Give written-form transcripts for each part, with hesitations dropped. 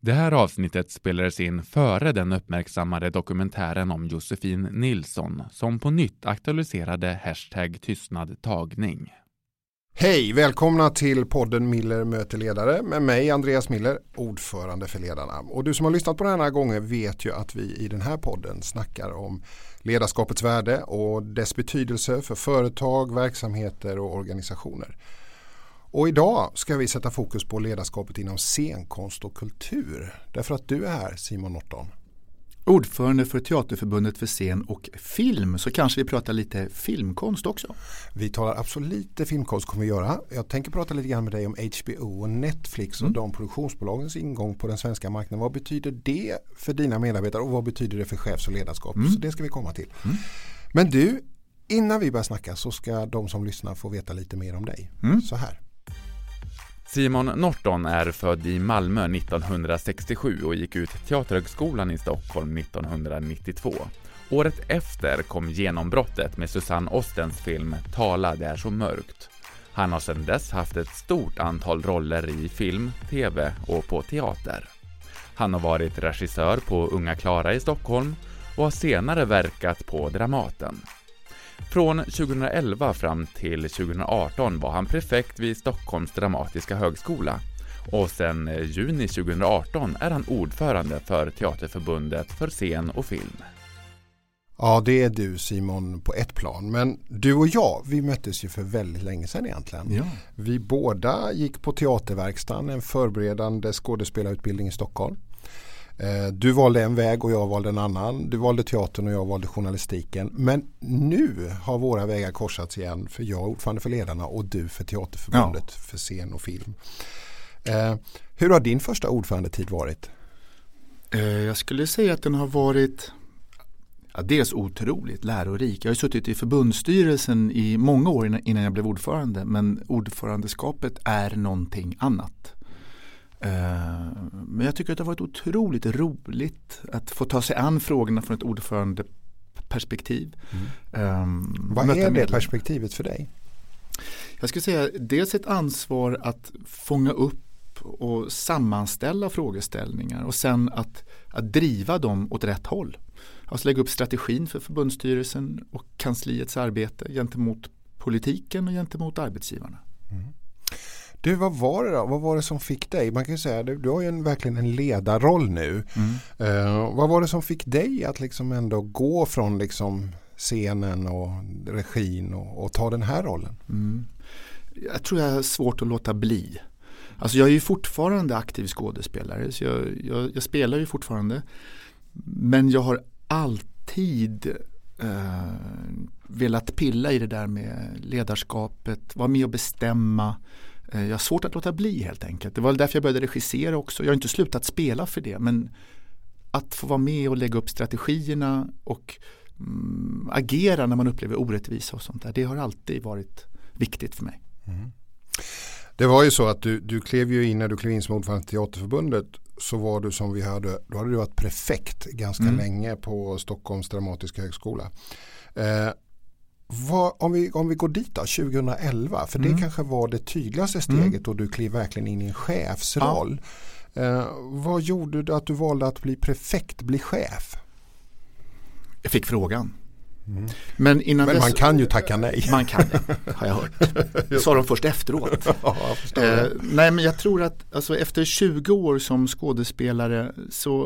Det här avsnittet spelades in före den uppmärksammade dokumentären om Josefin Nilsson som på nytt aktualiserade #tystnadtagning. Hej, välkomna till podden Miller möter ledare med mig Andreas Miller, ordförande för Ledarna. Och du som har lyssnat på den här gången vet ju att vi i den här podden snackar om ledarskapets värde och dess betydelse för företag, verksamheter och organisationer. Och idag ska vi sätta fokus på ledarskapet inom scenkonst och kultur. Därför att du är här, Simon Norton. Ordförande för Teaterförbundet för scen och film, så kanske vi pratar lite filmkonst också. Vi talar absolut lite filmkonst kommer vi göra. Jag tänker prata lite grann med dig om HBO och Netflix och de produktionsbolagens ingång på den svenska marknaden. Vad betyder det för dina medarbetare och vad betyder det för chefs- och ledarskap? Så det ska vi komma till. Men du, innan vi börjar snacka så ska de som lyssnar få veta lite mer om dig. Så här. Simon Norton är född i Malmö 1967 och gick ut Teaterhögskolan i Stockholm 1992. Året efter kom genombrottet med Susanne Ostens film Tala det är så mörkt. Han har sedan dess haft ett stort antal roller i film, tv och på teater. Han har varit regissör på Unga Klara i Stockholm och har senare verkat på Dramaten. Från 2011 fram till 2018 var han prefekt vid Stockholms dramatiska högskola och sedan juni 2018 är han ordförande för Teaterförbundet för scen och film. Ja, det är du Simon på ett plan. Men du och jag, vi möttes ju för väldigt länge sedan egentligen. Ja. Vi båda gick på Teaterverkstan, en förberedande skådespelarutbildning i Stockholm. Du valde en väg och jag valde en annan. Du valde teatern och jag valde journalistiken. Men nu har våra vägar korsats igen, för jag är ordförande för Ledarna och du för Teaterförbundet för scen och film. Hur har din första ordförandetid varit? Jag skulle säga att den har varit dels otroligt lärorik. Jag har suttit i förbundsstyrelsen i många år innan jag blev ordförande, men ordförandeskapet är någonting annat. Men jag tycker att det har varit otroligt roligt att få ta sig an frågorna från ett ordförandeperspektiv. Vad är det perspektivet för dig? Jag skulle säga dels ett ansvar att fånga upp och sammanställa frågeställningar och sen att driva dem åt rätt håll. Alltså lägga upp strategin för förbundsstyrelsen och kansliets arbete gentemot politiken och gentemot arbetsgivarna. Du, vad var det då? Vad var det som fick dig? Man kan ju säga, du har ju verkligen en ledarroll nu. Vad var det som fick dig att liksom ändå gå från liksom scenen och regin och ta den här rollen? Jag tror jag har svårt att låta bli. Alltså jag är ju fortfarande aktiv skådespelare, så jag spelar ju fortfarande. Men jag har alltid velat pilla i det där med ledarskapet, vara med och bestämma. Jag har svårt att låta bli helt enkelt. Det var därför jag började regissera också. Jag har inte slutat spela för det, men att få vara med och lägga upp strategierna och agera när man upplever orättvisa och sånt där, det har alltid varit viktigt för mig. Det var ju så att du klev ju in, när du klev in som ordförande i Teaterförbundet, så var du, som vi hörde, då hade du varit prefekt ganska länge på Stockholms dramatiska högskola. Om vi går dit då, 2011, för det kanske var det tydligaste steget och du klev verkligen in i en chefsroll. Vad gjorde att du valde att bli prefekt, bli chef? Jag fick frågan. Men man kan ju tacka nej. Man kan det, har jag hört. Det sa de först efteråt. Nej, men jag tror att alltså, efter 20 år som skådespelare så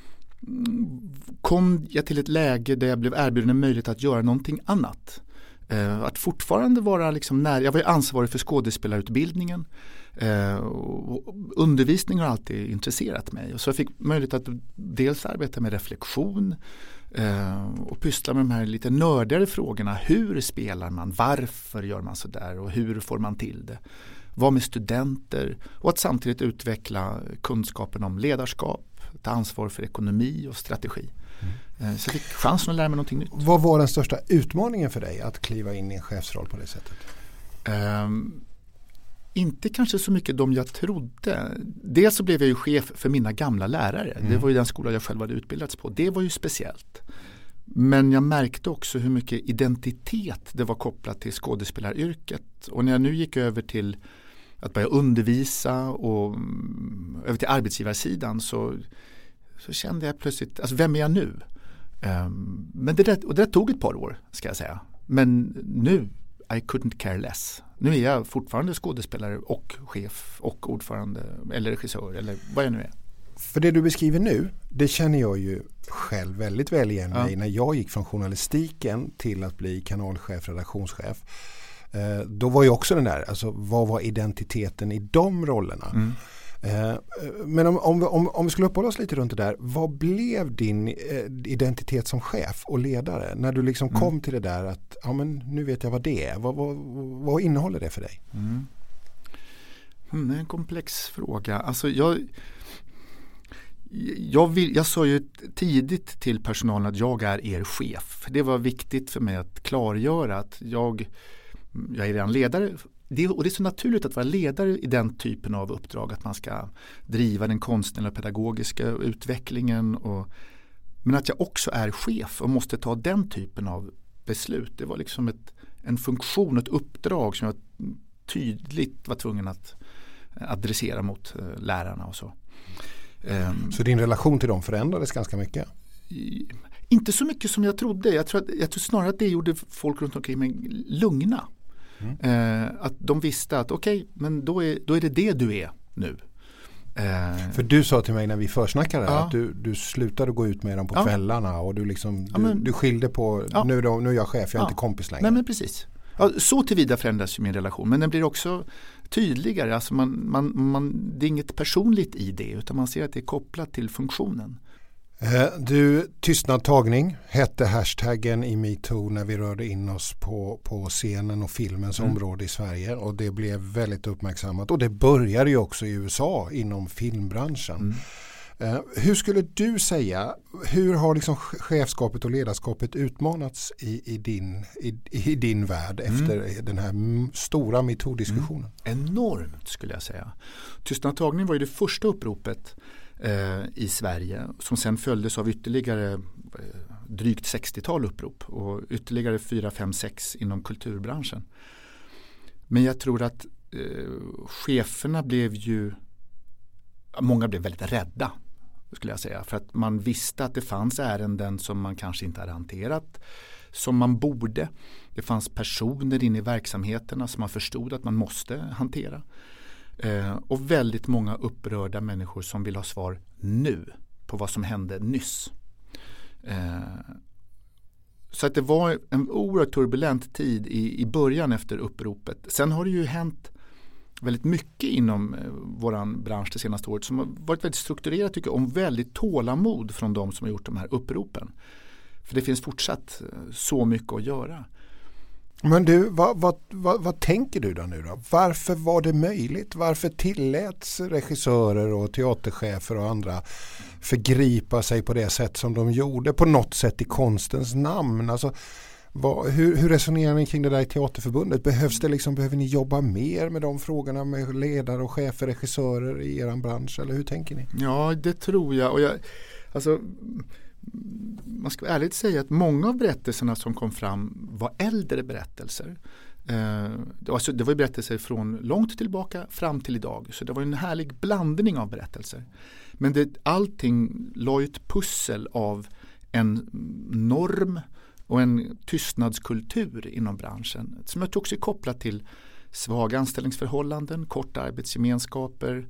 kom jag till ett läge där jag blev erbjuden en möjlighet att göra någonting annat. Att fortfarande vara liksom jag var ju ansvarig för skådespelarutbildningen. Och undervisning har alltid intresserat mig. Och så jag fick möjlighet att dels arbeta med reflektion och pyssla med de här lite nördigare frågorna. Hur spelar man? Varför gör man så där? Och hur får man till det? Vad med studenter? Och att samtidigt utveckla kunskapen om ledarskap, ta ansvar för ekonomi och strategi. Så jag fick chansen att lära mig någonting nytt. Vad var den största utmaningen för dig att kliva in i en chefsroll på det sättet? Inte kanske så mycket de jag trodde. Dels så blev jag ju chef för mina gamla lärare. Det var ju den skola jag själv hade utbildats på. Det var ju speciellt. Men jag märkte också hur mycket identitet det var kopplat till skådespelaryrket. Och när jag nu gick över till att börja undervisa och över till arbetsgivarsidan så kände jag plötsligt, alltså vem är jag nu? Men det där tog ett par år, ska jag säga. Men nu, I couldn't care less. Nu är jag fortfarande skådespelare och chef och ordförande eller regissör eller vad jag nu är. För det du beskriver nu, det känner jag ju själv väldigt väl igen mig när jag gick från journalistiken till att bli kanalchef, redaktionschef. Då var ju också den där, alltså vad var identiteten i de rollerna? Men om vi skulle uppehålla oss lite runt det där, vad blev din identitet som chef och ledare när du liksom kom till det där att ja, men nu vet jag vad det är. Vad innehåller det för dig? Det är en komplex fråga. Alltså jag sa ju tidigt till personalen att jag är er chef. Det var viktigt för mig att klargöra att jag är redan ledare. Och det är så naturligt att vara ledare i den typen av uppdrag, att man ska driva den konstnärliga och pedagogiska utvecklingen. Men att jag också är chef och måste ta den typen av beslut. Det var liksom en funktion, ett uppdrag som jag tydligt var tvungen att adressera mot lärarna och så. Så din relation till dem förändrades ganska mycket? Inte så mycket som jag trodde. Jag tror snarare att det gjorde folk runt omkring mig lugna. Att de visste att okej, men då är det du är nu. För du sa till mig när vi försnackade att du slutade gå ut med dem på kvällarna och du liksom du skilde på nu är jag chef, jag är inte kompis längre. Nej, men precis. Så tillvida förändras ju min relation, men den blir också tydligare. Alltså det är inget personligt i det, utan man ser att det är kopplat till funktionen. Tystnad tagning hette hashtaggen i MeToo när vi rörde in oss på scenen och filmens område i Sverige, och det blev väldigt uppmärksammat, och det började ju också i USA inom filmbranschen. Hur skulle du säga, hur har liksom chefskapet och ledarskapet utmanats i din värld efter den här stora MeToo-diskussionen? Enormt skulle jag säga. Tystnad tagning var ju det första uppropet i Sverige som sen följdes av ytterligare drygt 60-tal upprop och ytterligare 4, 5, 6 inom kulturbranschen. Men jag tror att cheferna många blev väldigt rädda, skulle jag säga, för att man visste att det fanns ärenden som man kanske inte hade hanterat som man borde. Det fanns personer inne i verksamheterna som man förstod att man måste hantera. Och väldigt många upprörda människor som vill ha svar nu på vad som hände nyss. Så att det var en oerhört turbulent tid i början efter uppropet. Sen har det ju hänt väldigt mycket inom våran bransch det senaste året som har varit väldigt strukturerat, tycker jag, om väldigt tålamod från de som har gjort de här uppropen. För det finns fortsatt så mycket att göra. Men du, vad tänker du då nu då? Varför var det möjligt? Varför tilläts regissörer och teaterchefer och andra förgripa sig på det sätt som de gjorde, på något sätt i konstens namn? Alltså, hur resonerar ni kring det där i Teaterförbundet? Behöver ni jobba mer med de frågorna med ledare och chefer, regissörer i er bransch? Eller hur tänker ni? Ja, det tror jag. Och man ska ärligt säga att många av berättelserna som kom fram var äldre berättelser. Det var berättelser från långt tillbaka fram till idag. Så det var en härlig blandning av berättelser. Men allting la ju ett pussel av en norm och en tystnadskultur inom branschen som jag tror också är kopplat till svaga anställningsförhållanden, korta arbetsgemenskaper,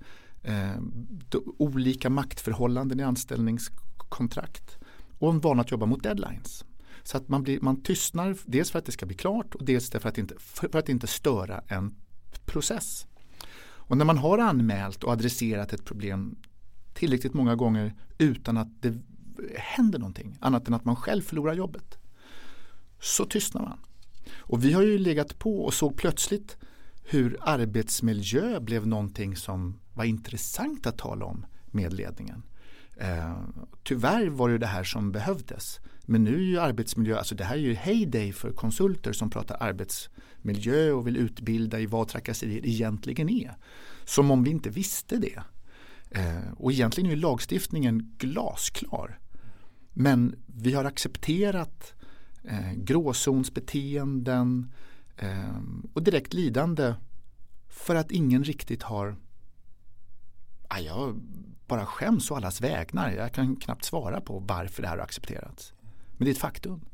olika maktförhållanden i anställningskontrakt och en vana att jobba mot deadlines. Så att man tystnar dels för att det ska bli klart och dels för att inte störa en process. Och när man har anmält och adresserat ett problem tillräckligt många gånger utan att det händer någonting annat än att man själv förlorar jobbet, så tystnar man. Och vi har ju legat på och såg plötsligt hur arbetsmiljö blev någonting som var intressant att tala om med ledningen. Tyvärr var det här som behövdes. Men nu är ju arbetsmiljö, alltså det här är ju heyday för konsulter som pratar arbetsmiljö och vill utbilda i vad trakasserier egentligen är. Som om vi inte visste det. Och egentligen är ju lagstiftningen glasklar. Men vi har accepterat gråzonsbeteenden och direkt lidande För att ingen riktigt har... Jag bara skäms å allas vägnar. Jag kan knappt svara på varför det här har accepterats. Men det är ett faktum.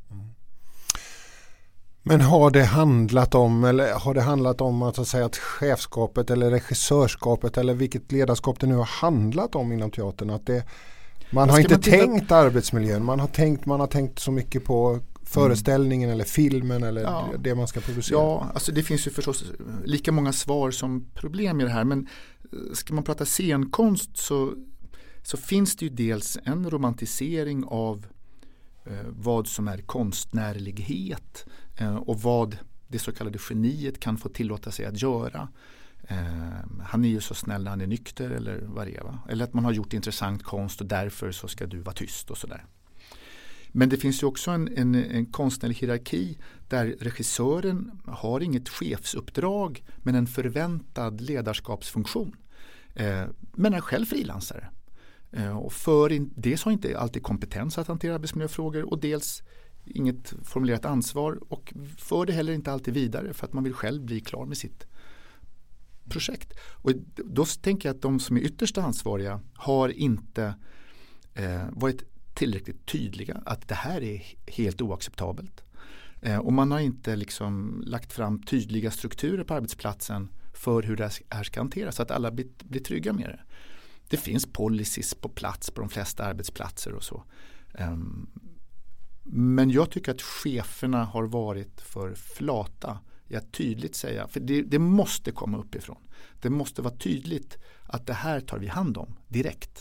Men har det handlat om att chefskapet eller regissörskapet eller vilket ledarskap det nu har handlat om inom teatern, att man har inte tänkt arbetsmiljön, man har tänkt så mycket på föreställningen eller filmen eller det man ska producera. Ja, alltså det finns ju förstås lika många svar som problem i det här, men ska man prata scenkonst så finns det ju dels en romantisering av vad som är konstnärlighet och vad det så kallade geniet kan få tillåta sig att göra. Han är ju så snäll när han är nykter eller vad det är, va? Eller att man har gjort intressant konst och därför så ska du vara tyst och sådär. Men det finns ju också en konstnärlig hierarki där regissören har inget chefsuppdrag men en förväntad ledarskapsfunktion. Men är själv frilansare. Och dels har inte alltid kompetens att hantera arbetsmiljöfrågor och dels inget formulerat ansvar och för det heller inte alltid vidare för att man vill själv bli klar med sitt projekt. Och då tänker jag att de som är ytterst ansvariga har inte varit tillräckligt tydliga att det här är helt oacceptabelt. Och man har inte liksom lagt fram tydliga strukturer på arbetsplatsen för hur det här ska hanteras så att alla blir trygga med det. Det finns policies på plats på de flesta arbetsplatser och så. Men jag tycker att cheferna har varit för flata i att tydligt säga, för det måste komma uppifrån. Det måste vara tydligt att det här tar vi hand om direkt.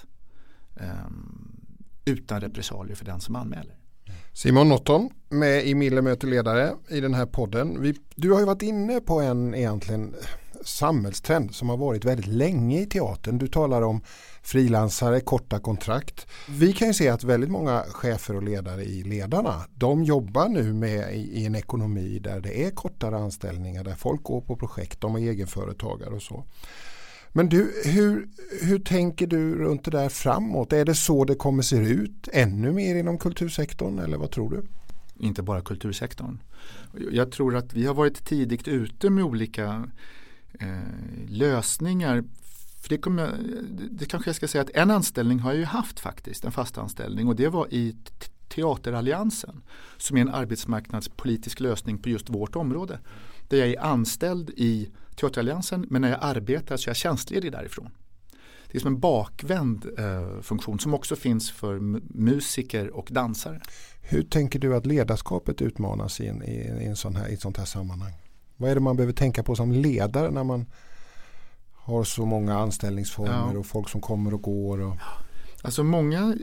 Utan repressalier för den som anmäler. Simon Norton med i Miller möter ledare i den här podden. Du har ju varit inne på en egentligen samhällstrend som har varit väldigt länge i teatern. Du talar om frilansare, korta kontrakt. Vi kan ju se att väldigt många chefer och ledare i Ledarna, de jobbar nu med i en ekonomi där det är kortare anställningar, där folk går på projekt, de är egenföretagare och så. Men du, hur tänker du runt det där framåt? Är det så det kommer se ut ännu mer inom kultursektorn eller vad tror du? Inte bara kultursektorn. Jag tror att vi har varit tidigt ute med olika lösningar. För det kanske jag ska säga att en anställning har jag ju haft faktiskt, en fast anställning och det var i Teateralliansen som är en arbetsmarknadspolitisk lösning på just vårt område. Där jag är anställd i Teateralliansen men när jag arbetar så är jag tjänstledig därifrån. Det är som en bakvänd funktion som också finns för musiker och dansare. Hur tänker du att ledarskapet utmanas i ett sånt här sammanhang? Vad är det man behöver tänka på som ledare när man har så många anställningsformer och folk som kommer och går? Alltså många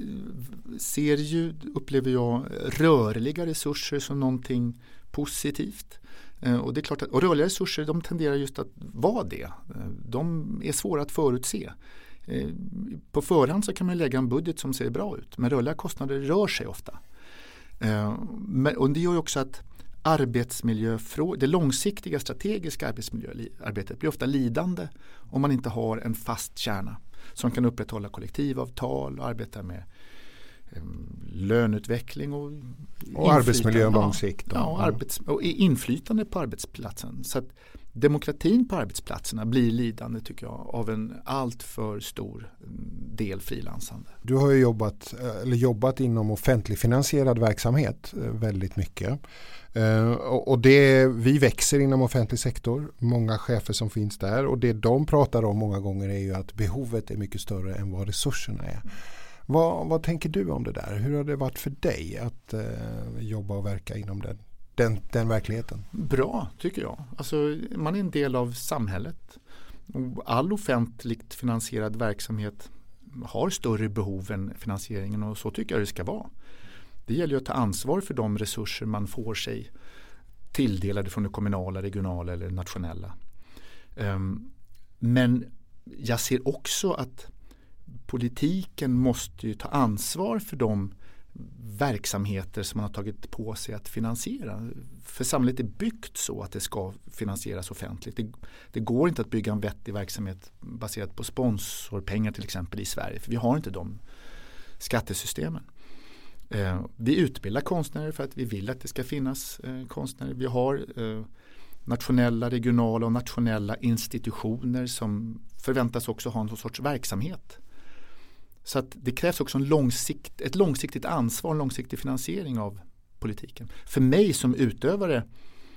upplever jag, rörliga resurser som någonting positivt. Och det är klart att rörliga resurser de tenderar just att vara det. De är svåra att förutse. På förhand så kan man lägga en budget som ser bra ut. Men rörliga kostnader rör sig ofta. Och det gör ju också att det långsiktiga strategiska arbetsmiljöarbetet blir ofta lidande om man inte har en fast kärna som kan upprätthålla kollektivavtal och arbeta med löneutveckling och arbetsmiljö på lång sikt. Och inflytande på arbetsplatsen. Så att demokratin på arbetsplatserna blir lidande tycker jag av en allt för stor del frilansande. Du har ju jobbat inom offentligfinansierad verksamhet väldigt mycket. Och vi växer inom offentlig sektor, många chefer som finns där och det de pratar om många gånger är ju att behovet är mycket större än vad resurserna är. Vad tänker du om det där? Hur har det varit för dig att jobba och verka inom den verkligheten? Bra tycker jag. Alltså, man är en del av samhället. All offentligt finansierad verksamhet har större behov än finansieringen och så tycker jag det ska vara. Det gäller ju att ta ansvar för de resurser man får sig tilldelade från det kommunala, regionala eller nationella. Men jag ser också att politiken måste ju ta ansvar för de verksamheter som man har tagit på sig att finansiera. För samhället är byggt så att det ska finansieras offentligt. Det går inte att bygga en vettig verksamhet baserat på sponsorpengar till exempel i Sverige. För vi har inte de skattesystemen. Vi utbildar konstnärer för att vi vill att det ska finnas konstnärer. Vi har nationella, regionala och nationella institutioner som förväntas också ha någon sorts verksamhet. Så att det krävs också ett långsiktigt ansvar, en långsiktig finansiering av politiken. För mig som utövare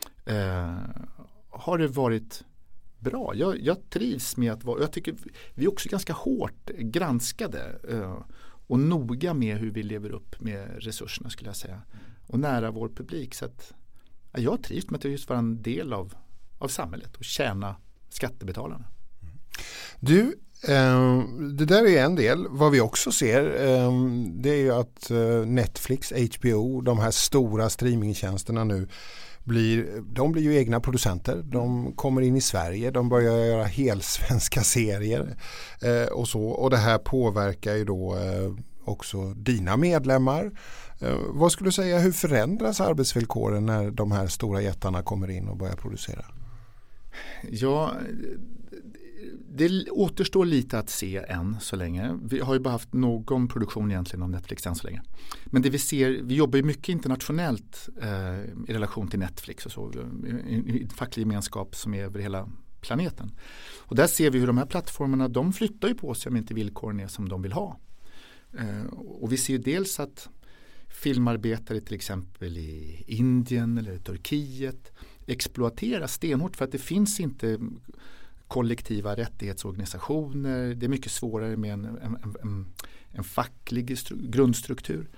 har det varit bra. Jag trivs med att vara, jag tycker vi är också ganska hårt granskade och noga med hur vi lever upp med resurserna skulle jag säga. Och nära vår publik. Så att jag trivs med att just vara en del av samhället och tjäna skattebetalarna. Du, det där är en del. Vad vi också ser det är ju att Netflix, HBO, de här stora streamingtjänsterna nu de blir ju egna producenter. De kommer in i Sverige, de börjar göra helsvenska serier och så. Och det här påverkar ju då också dina medlemmar. Vad skulle du säga, hur förändras arbetsvillkoren när de här stora jättarna kommer in och börjar producera? Ja, det återstår lite att se än så länge. Vi har ju bara haft någon produktion egentligen av Netflix än så länge. Men det vi ser, vi jobbar ju mycket internationellt i relation till Netflix och så. I en facklig gemenskap som är över hela planeten. Och där ser vi hur de här plattformarna, de flyttar ju på sig om inte villkoren är som de vill ha. Och vi ser ju dels att filmarbetare till exempel i Indien eller Turkiet exploateras stenhårt för att det finns inte kollektiva rättighetsorganisationer. Det är mycket svårare med en facklig grundstruktur.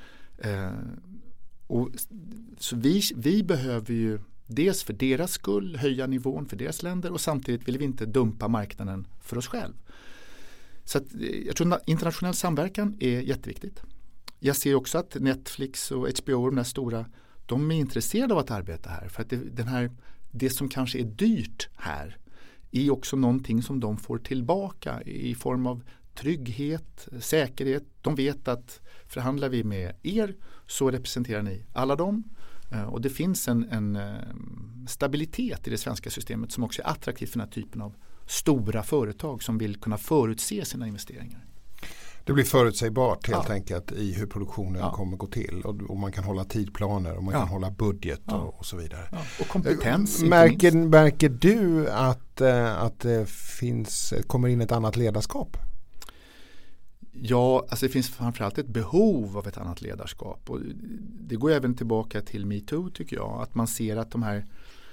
Så vi behöver ju dels för deras skull höja nivån för deras länder och samtidigt vill vi inte dumpa marknaden för oss själv. Så att, jag tror att internationell samverkan är jätteviktigt. Jag ser också att Netflix och HBO, de där stora, de är intresserade av att arbeta här. För att det som kanske är dyrt här är också någonting som de får tillbaka i form av trygghet, säkerhet. De vet att förhandlar vi med er så representerar ni alla dem. Och det finns en stabilitet i det svenska systemet som också är attraktivt för den här typen av stora företag som vill kunna förutse sina investeringar. Det blir förutsägbart helt enkelt i hur produktionen kommer gå till och man kan hålla tidplaner och man kan hålla budget och så vidare. Ja. Och kompetens. Märker du att det kommer in ett annat ledarskap? Ja, alltså det finns framförallt ett behov av ett annat ledarskap och det går även tillbaka till MeToo tycker jag. Att man ser att de här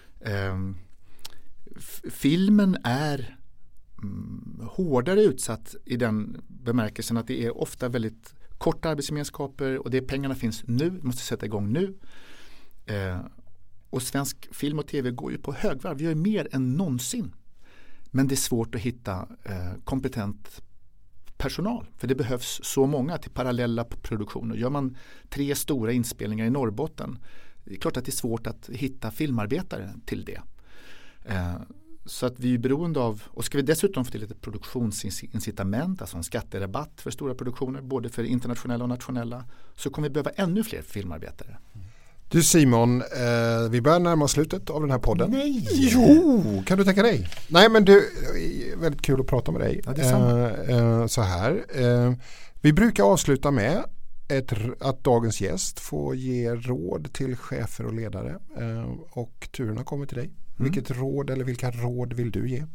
filmen är hårdare utsatt i den bemärkelsen att det är ofta väldigt korta arbetsgemenskaper och pengarna finns nu, vi måste sätta igång nu. Och svensk film och tv går ju på högvarv, vi gör mer än någonsin. Men det är svårt att hitta kompetent personal, för det behövs så många till parallella produktioner. Gör man 3 stora inspelningar i Norrbotten, det är klart att det är svårt att hitta filmarbetare till det. Så att vi är beroende av, och ska vi dessutom få till ett produktionsincitament, alltså en skatterabatt för stora produktioner, både för internationella och nationella, så kommer vi behöva ännu fler filmarbetare. Du Simon, vi börjar närma oss slutet av den här podden. Nej! Jo, kan du tänka dig? Nej men du, väldigt kul att prata med dig. Ja, det är så här, vi brukar avsluta med att dagens gäst får ge råd till chefer och ledare och turen har kommit till dig. Vilket råd eller vilka råd vill du ge?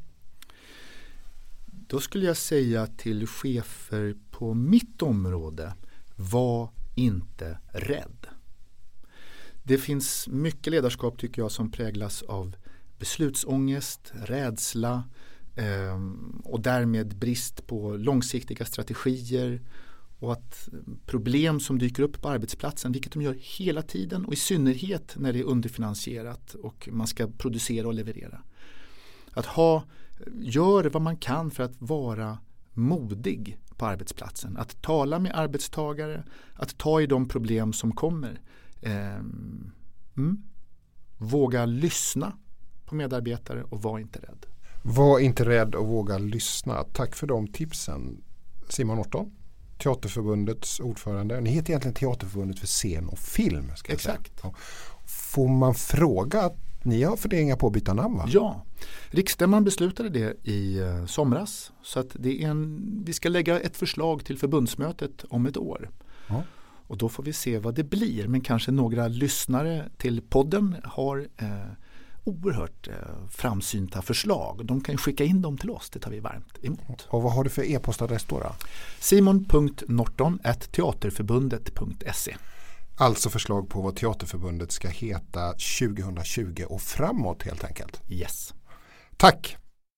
Då skulle jag säga till chefer på mitt område, var inte rädd. Det finns mycket ledarskap tycker jag som präglas av beslutsångest, rädsla och därmed brist på långsiktiga strategier och att problem som dyker upp på arbetsplatsen, vilket de gör hela tiden och i synnerhet när det är underfinansierat och man ska producera och leverera. Att gör vad man kan för att vara modig på arbetsplatsen. Att tala med arbetstagare, att ta i de problem som kommer. Våga lyssna på medarbetare och var inte rädd. Var inte rädd och våga lyssna. Tack för de tipsen Simon Norton, Teaterförbundets ordförande. Ni heter egentligen Teaterförbundet för scen och film. Ska Exakt. Ja. Får man fråga att ni har funderingar på att byta namn va? Ja, riksstämman beslutade det i somras. Så att vi ska lägga ett förslag till förbundsmötet om ett år. Ja. Och då får vi se vad det blir. Men kanske några lyssnare till podden har oerhört framsynta förslag. De kan skicka in dem till oss, det tar vi varmt emot. Och vad har du för e-postadress då? simon.norton@teaterförbundet.se. Alltså förslag på vad Teaterförbundet ska heta 2020 och framåt helt enkelt. Yes. Tack!